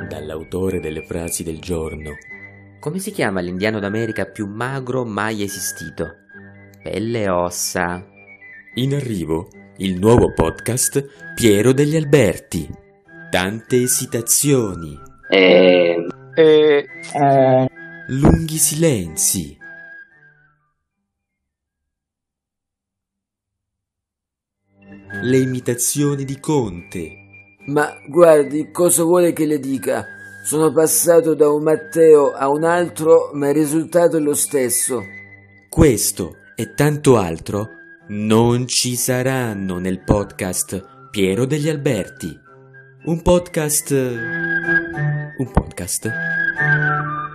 dall'autore delle frasi del giorno. Come si chiama l'indiano d'America più magro mai esistito? Pelle e ossa. In arrivo il nuovo podcast Piero degli Alberti. Tante esitazioni. Lunghi silenzi. Le imitazioni di Conte. Ma guardi, cosa vuole che le dica? Sono passato da un Matteo a un altro, ma il risultato è lo stesso. Questo e tanto altro non ci saranno nel podcast Piero degli Alberti. Un podcast...